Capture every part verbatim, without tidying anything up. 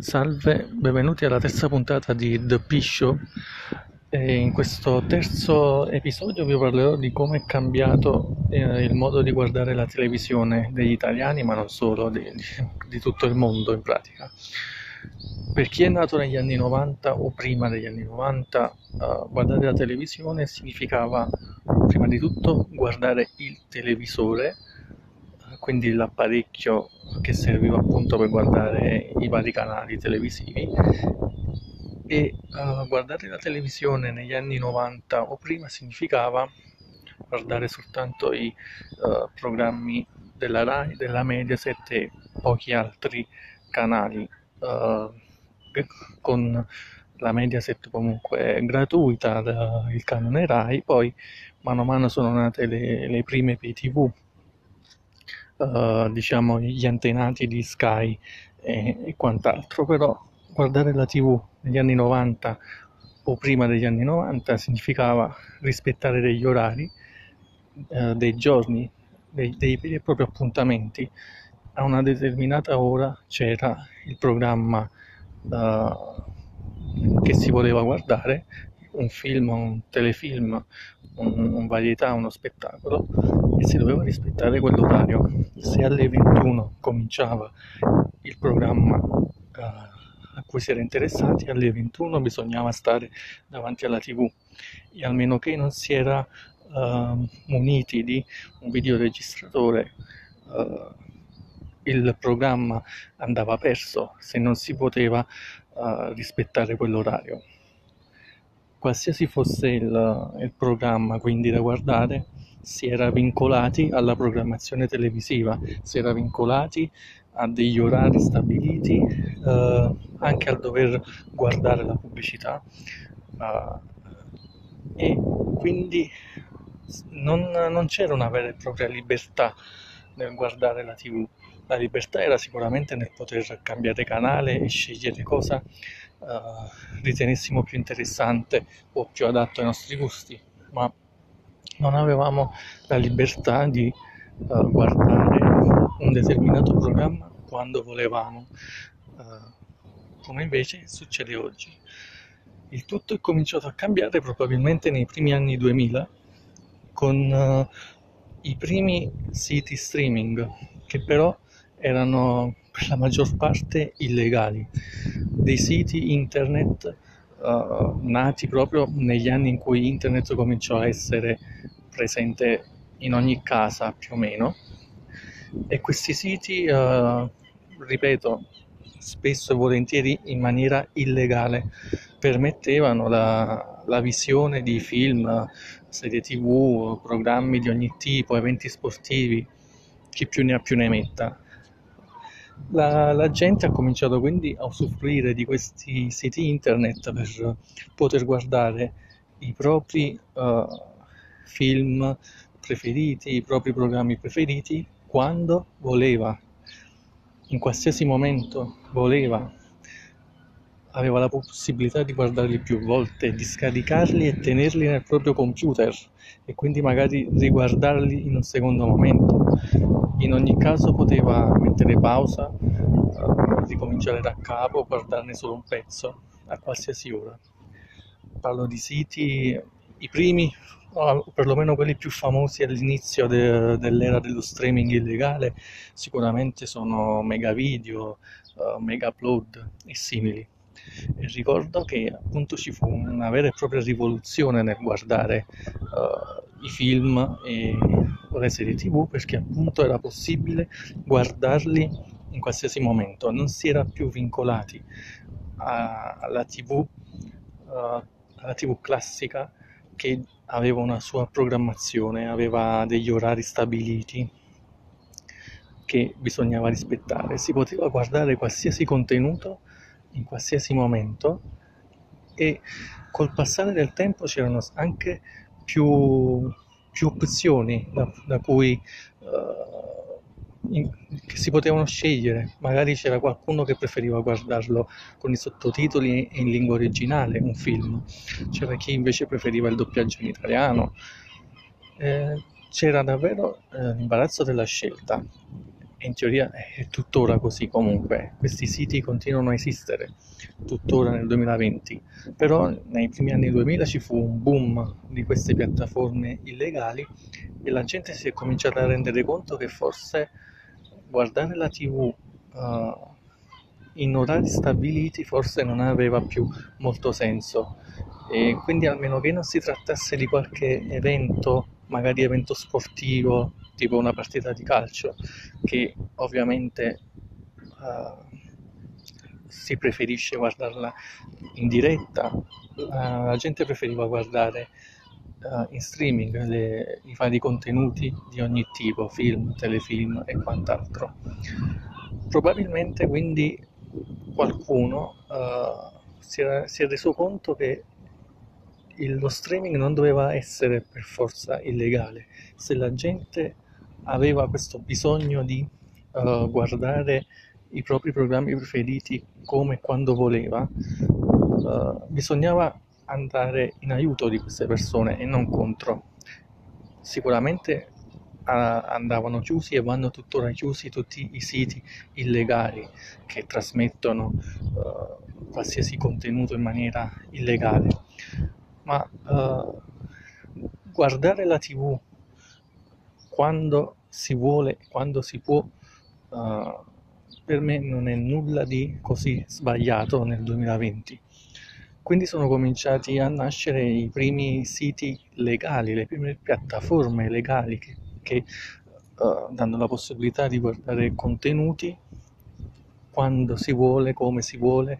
Salve, benvenuti alla terza puntata di The P-Show. E in questo terzo episodio vi parlerò di come è cambiato eh, il modo di guardare la televisione degli italiani, ma non solo, di, di, di tutto il mondo in pratica. Per chi è nato negli anni novanta o prima degli anni novanta, eh, guardare la televisione significava prima di tutto guardare il televisore, quindi l'apparecchio che serviva appunto per guardare i vari canali televisivi. E uh, guardare la televisione negli anni novanta o prima significava guardare soltanto i uh, programmi della Rai, della Mediaset e pochi altri canali, uh, con la Mediaset comunque gratuita, il canone Rai. Poi mano a mano sono nate le, le prime pay tv, Uh, diciamo gli antenati di Sky e, e quant'altro. Però guardare la tivù negli anni novanta o prima degli anni novanta significava rispettare degli orari, uh, dei giorni, dei, dei veri e propri appuntamenti. A una determinata ora c'era il programma uh, che si voleva guardare, un film, un telefilm, un, un varietà, uno spettacolo, e si doveva rispettare quell'orario. Se alle ventuno cominciava il programma uh, a cui si era interessati, alle ventuno bisognava stare davanti alla tivù, e almeno che non si era uh, muniti di un videoregistratore, uh, il programma andava perso se non si poteva uh, rispettare quell'orario. Qualsiasi fosse il, il programma quindi da guardare, si era vincolati alla programmazione televisiva, si era vincolati a degli orari stabiliti, eh, anche al dover guardare la pubblicità, eh, e quindi non, non c'era una vera e propria libertà nel guardare la tivù. La libertà era sicuramente nel poter cambiare canale e scegliere cosa Uh, ritenessimo più interessante o più adatto ai nostri gusti, ma non avevamo la libertà di uh, guardare un determinato programma quando volevamo, uh, come invece succede oggi. Il tutto è cominciato a cambiare probabilmente nei primi anni duemila con uh, i primi siti streaming, che però erano per la maggior parte illegali, dei siti internet uh, nati proprio negli anni in cui internet cominciò a essere presente in ogni casa più o meno, e questi siti, uh, ripeto, spesso e volentieri in maniera illegale, permettevano la, la visione di film, serie tv, programmi di ogni tipo, eventi sportivi, chi più ne ha più ne metta. La, la gente ha cominciato quindi a usufruire di questi siti internet per poter guardare i propri uh, film preferiti, i propri programmi preferiti, quando voleva, in qualsiasi momento voleva. Aveva la possibilità di guardarli più volte, di scaricarli e tenerli nel proprio computer, e quindi magari riguardarli in un secondo momento. In ogni caso poteva mettere pausa, eh, ricominciare da capo, guardarne solo un pezzo a qualsiasi ora. Parlo di siti, i primi, o perlomeno quelli più famosi all'inizio de- dell'era dello streaming illegale, sicuramente sono Megavideo, uh, Megaupload e simili. E ricordo che appunto ci fu una vera e propria rivoluzione nel guardare uh, i film e le serie tv, perché appunto era possibile guardarli in qualsiasi momento, non si era più vincolati a, alla tv, uh, alla tv classica, che aveva una sua programmazione, aveva degli orari stabiliti che bisognava rispettare. Si poteva guardare qualsiasi contenuto in qualsiasi momento, e col passare del tempo c'erano anche più, più opzioni da, da cui uh, in, che si potevano scegliere. Magari c'era qualcuno che preferiva guardarlo con i sottotitoli in lingua originale, un film, c'era chi invece preferiva il doppiaggio in italiano. Eh, c'era davvero eh, l'imbarazzo della scelta, e in teoria è tuttora così comunque, questi siti continuano a esistere tuttora nel duemilaventi, però nei primi anni duemila ci fu un boom di queste piattaforme illegali e la gente si è cominciata a rendere conto che forse guardare la tivù uh, in orari stabiliti forse non aveva più molto senso, e quindi almeno che non si trattasse di qualche evento, magari evento sportivo tipo una partita di calcio, che ovviamente uh, si preferisce guardarla in diretta, uh, la gente preferiva guardare uh, in streaming le, i vari contenuti di ogni tipo, film, telefilm e quant'altro. Probabilmente quindi qualcuno uh, si, era, si è reso conto che il, lo streaming non doveva essere per forza illegale. Se la gente aveva questo bisogno di uh, guardare i propri programmi preferiti come e quando voleva, uh, bisognava andare in aiuto di queste persone e non contro. Sicuramente uh, andavano chiusi e vanno tuttora chiusi tutti i siti illegali che trasmettono uh, qualsiasi contenuto in maniera illegale, ma uh, guardare la tivù quando si vuole, quando si può, uh, per me non è nulla di così sbagliato nel duemilaventi. Quindi sono cominciati a nascere i primi siti legali, le prime piattaforme legali che, che uh, danno la possibilità di guardare contenuti quando si vuole, come si vuole.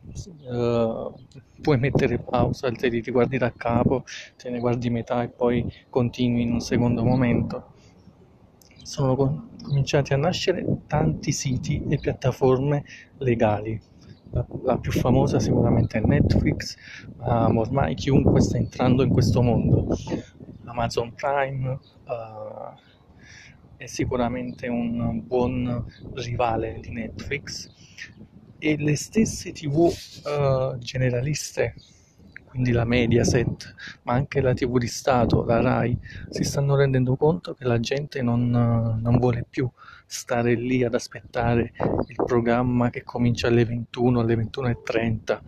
Uh, puoi mettere pausa, te li riguardi da capo, te ne guardi metà e poi continui in un secondo momento. Sono com- cominciati a nascere tanti siti e piattaforme legali. La, la più famosa sicuramente è Netflix, ma ormai chiunque sta entrando in questo mondo. Amazon Prime uh, è sicuramente un buon rivale di Netflix, e le stesse tivù uh, generaliste, quindi la Mediaset, ma anche la tivù di Stato, la Rai, si stanno rendendo conto che la gente non, non vuole più stare lì ad aspettare il programma che comincia alle ventuno, alle ventuno e trenta,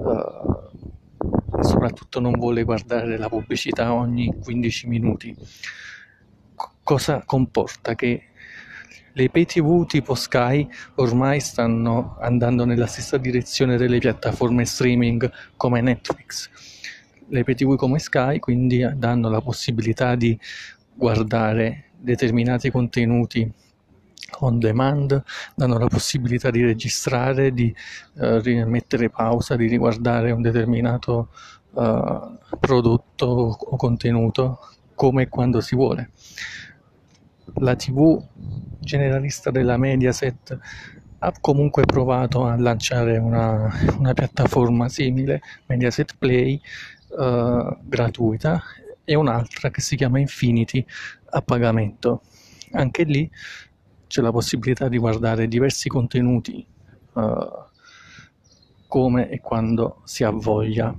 uh, soprattutto non vuole guardare la pubblicità ogni quindici minuti. C- cosa comporta? Che le pay tivù tipo Sky ormai stanno andando nella stessa direzione delle piattaforme streaming come Netflix. Le pay tivù come Sky quindi danno la possibilità di guardare determinati contenuti on demand, danno la possibilità di registrare, di uh, mettere pausa, di riguardare un determinato uh, prodotto o contenuto come e quando si vuole. La tivù generalista della Mediaset ha comunque provato a lanciare una, una piattaforma simile, Mediaset Play, uh, gratuita, e un'altra che si chiama Infinity a pagamento. Anche lì c'è la possibilità di guardare diversi contenuti uh, come e quando si ha voglia.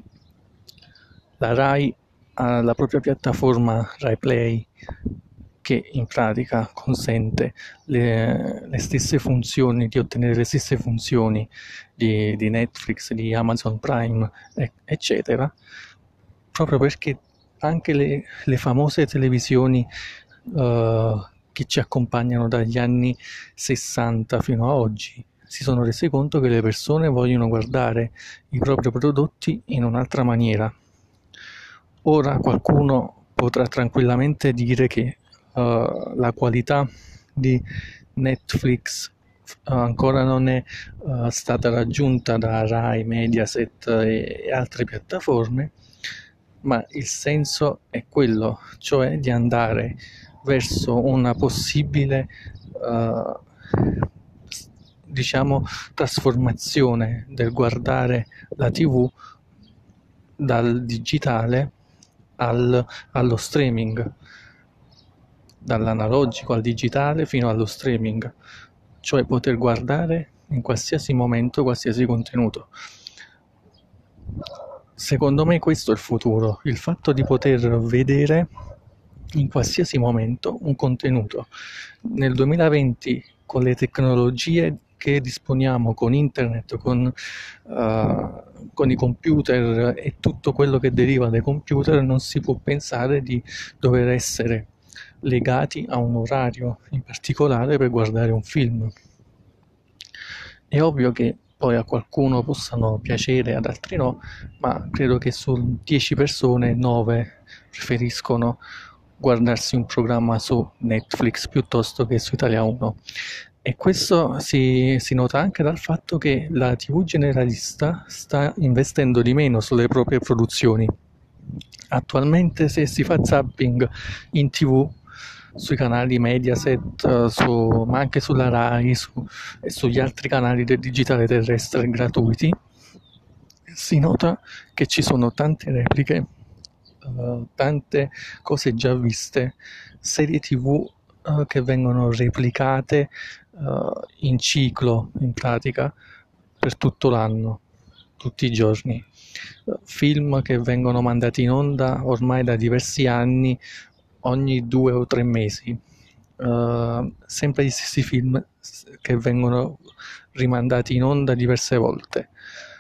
La Rai ha la propria piattaforma Rai Play, che in pratica consente le, le stesse funzioni, di ottenere le stesse funzioni di, di Netflix, di Amazon Prime, eccetera, proprio perché anche le, le famose televisioni uh, che ci accompagnano dagli anni sessanta fino a oggi si sono resi conto che le persone vogliono guardare i propri prodotti in un'altra maniera. Ora qualcuno potrà tranquillamente dire che Uh, la qualità di Netflix uh, ancora non è uh, stata raggiunta da Rai, Mediaset e, e altre piattaforme, ma il senso è quello, cioè di andare verso una possibile uh, diciamo trasformazione del guardare la tivù dal digitale al, allo streaming, dall'analogico al digitale fino allo streaming, cioè poter guardare in qualsiasi momento qualsiasi contenuto. Secondo me questo è il futuro, il fatto di poter vedere in qualsiasi momento un contenuto. Nel duemilaventi, con le tecnologie che disponiamo, con internet, con, uh, con i computer e tutto quello che deriva dai computer, non si può pensare di dover essere legati a un orario in particolare per guardare un film. È ovvio che poi a qualcuno possano piacere, ad altri no, ma credo che su dieci persone, nove preferiscono guardarsi un programma su Netflix piuttosto che su Italia uno. E questo si, si nota anche dal fatto che la tivù generalista sta investendo di meno sulle proprie produzioni. Attualmente, se si fa zapping in tivù, sui canali Mediaset, su, ma anche sulla Rai su, e sugli altri canali del digitale terrestre gratuiti, si nota che ci sono tante repliche, uh, tante cose già viste, serie tivù uh, che vengono replicate uh, in ciclo, in pratica, per tutto l'anno, tutti i giorni. Uh, film che vengono mandati in onda ormai da diversi anni, ogni due o tre mesi. Uh, sempre gli stessi film che vengono rimandati in onda diverse volte.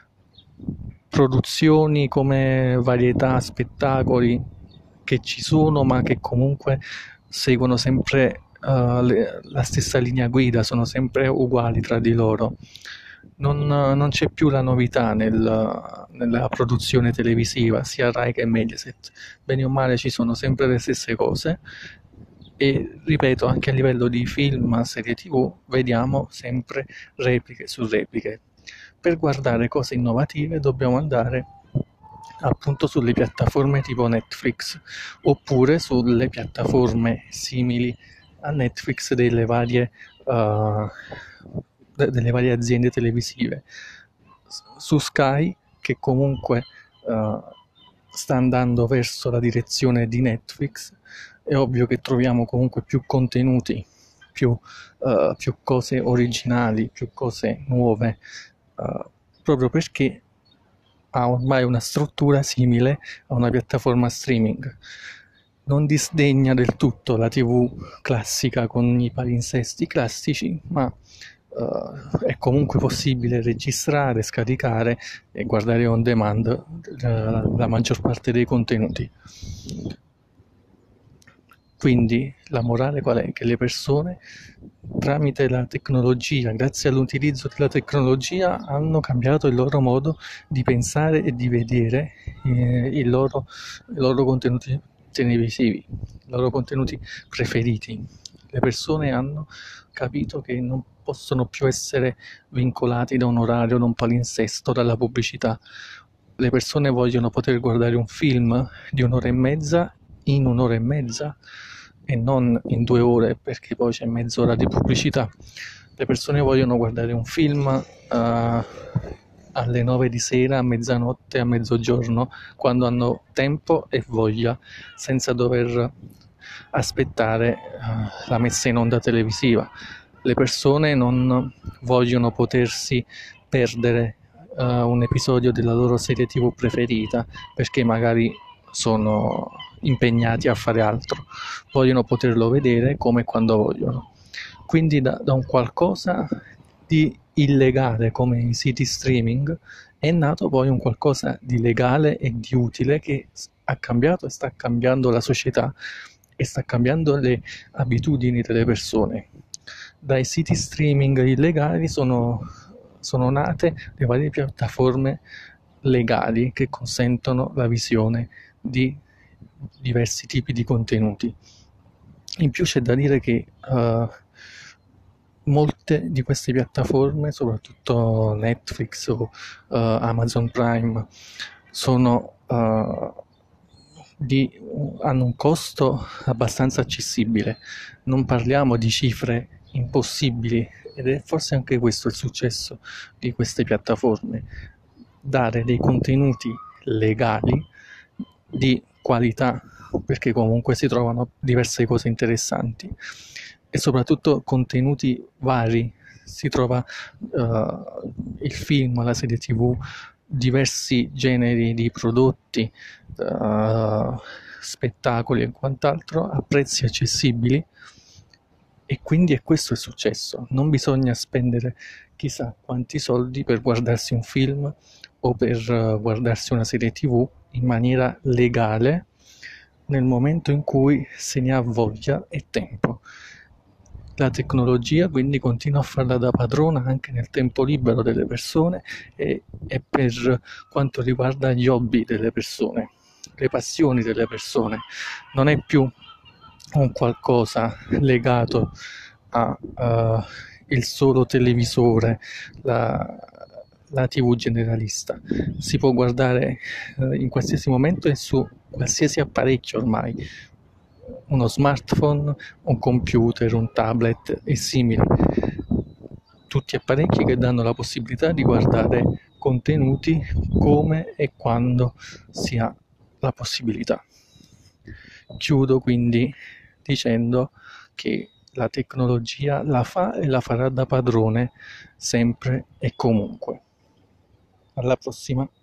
Produzioni come varietà, spettacoli che ci sono, ma che comunque seguono sempre uh, le, la stessa linea guida, sono sempre uguali tra di loro. Non, non c'è più la novità nel, nella produzione televisiva, sia Rai che Mediaset. Bene o male ci sono sempre le stesse cose e, ripeto, anche a livello di film, serie tivù, vediamo sempre repliche su repliche. Per guardare cose innovative dobbiamo andare appunto sulle piattaforme tipo Netflix oppure sulle piattaforme simili a Netflix delle varie, uh, delle varie aziende televisive. Su Sky, che comunque uh, sta andando verso la direzione di Netflix, è ovvio che troviamo comunque più contenuti, più, uh, più cose originali, più cose nuove, uh, proprio perché ha ormai una struttura simile a una piattaforma streaming. Non disdegna del tutto la tivù classica con i palinsesti classici, ma uh, è comunque possibile registrare, scaricare e guardare on demand uh, la maggior parte dei contenuti. Quindi la morale qual è? Che le persone tramite la tecnologia, grazie all'utilizzo della tecnologia, hanno cambiato il loro modo di pensare e di vedere eh, i, loro, i loro contenuti televisivi, i loro contenuti preferiti. Le persone hanno capito che non possono più essere vincolati da un orario, da un palinsesto, dalla pubblicità. Le persone vogliono poter guardare un film di un'ora e mezza in un'ora e mezza e non in due ore, perché poi c'è mezz'ora di pubblicità. Le persone vogliono guardare un film uh, alle nove di sera, a mezzanotte, a mezzogiorno, quando hanno tempo e voglia, senza dover aspettare uh, la messa in onda televisiva. Le persone non vogliono potersi perdere uh, un episodio della loro serie tivù preferita, perché magari sono impegnati a fare altro, vogliono poterlo vedere come e quando vogliono. Quindi da, da un qualcosa di illegale come i siti streaming è nato poi un qualcosa di legale e di utile che ha cambiato e sta cambiando la società e sta cambiando le abitudini delle persone. Dai siti streaming illegali sono, sono nate le varie piattaforme legali che consentono la visione di diversi tipi di contenuti. In più c'è da dire che uh, molte di queste piattaforme, soprattutto Netflix o uh, Amazon Prime, sono uh, di, hanno un costo abbastanza accessibile. Non parliamo di cifre impossibili ed è forse anche questo il successo di queste piattaforme: dare dei contenuti legali di qualità, perché comunque si trovano diverse cose interessanti e soprattutto contenuti vari. Si trova uh, il film, la serie tivù, diversi generi di prodotti, uh, spettacoli e quant'altro a prezzi accessibili, e quindi è questo il successo. Non bisogna spendere chissà quanti soldi per guardarsi un film o per uh, guardarsi una serie tv in maniera legale nel momento in cui se ne ha voglia e tempo. La tecnologia quindi continua a farla da padrona anche nel tempo libero delle persone e, e per quanto riguarda gli hobby delle persone, le passioni delle persone. Non è più un qualcosa legato a uh, il solo televisore, la, la tivù generalista. Si può guardare uh, in qualsiasi momento e su qualsiasi apparecchio ormai, uno smartphone, un computer, un tablet e simili, tutti apparecchi che danno la possibilità di guardare contenuti come e quando si ha la possibilità. Chiudo quindi dicendo che la tecnologia la fa e la farà da padrone sempre e comunque. Alla prossima.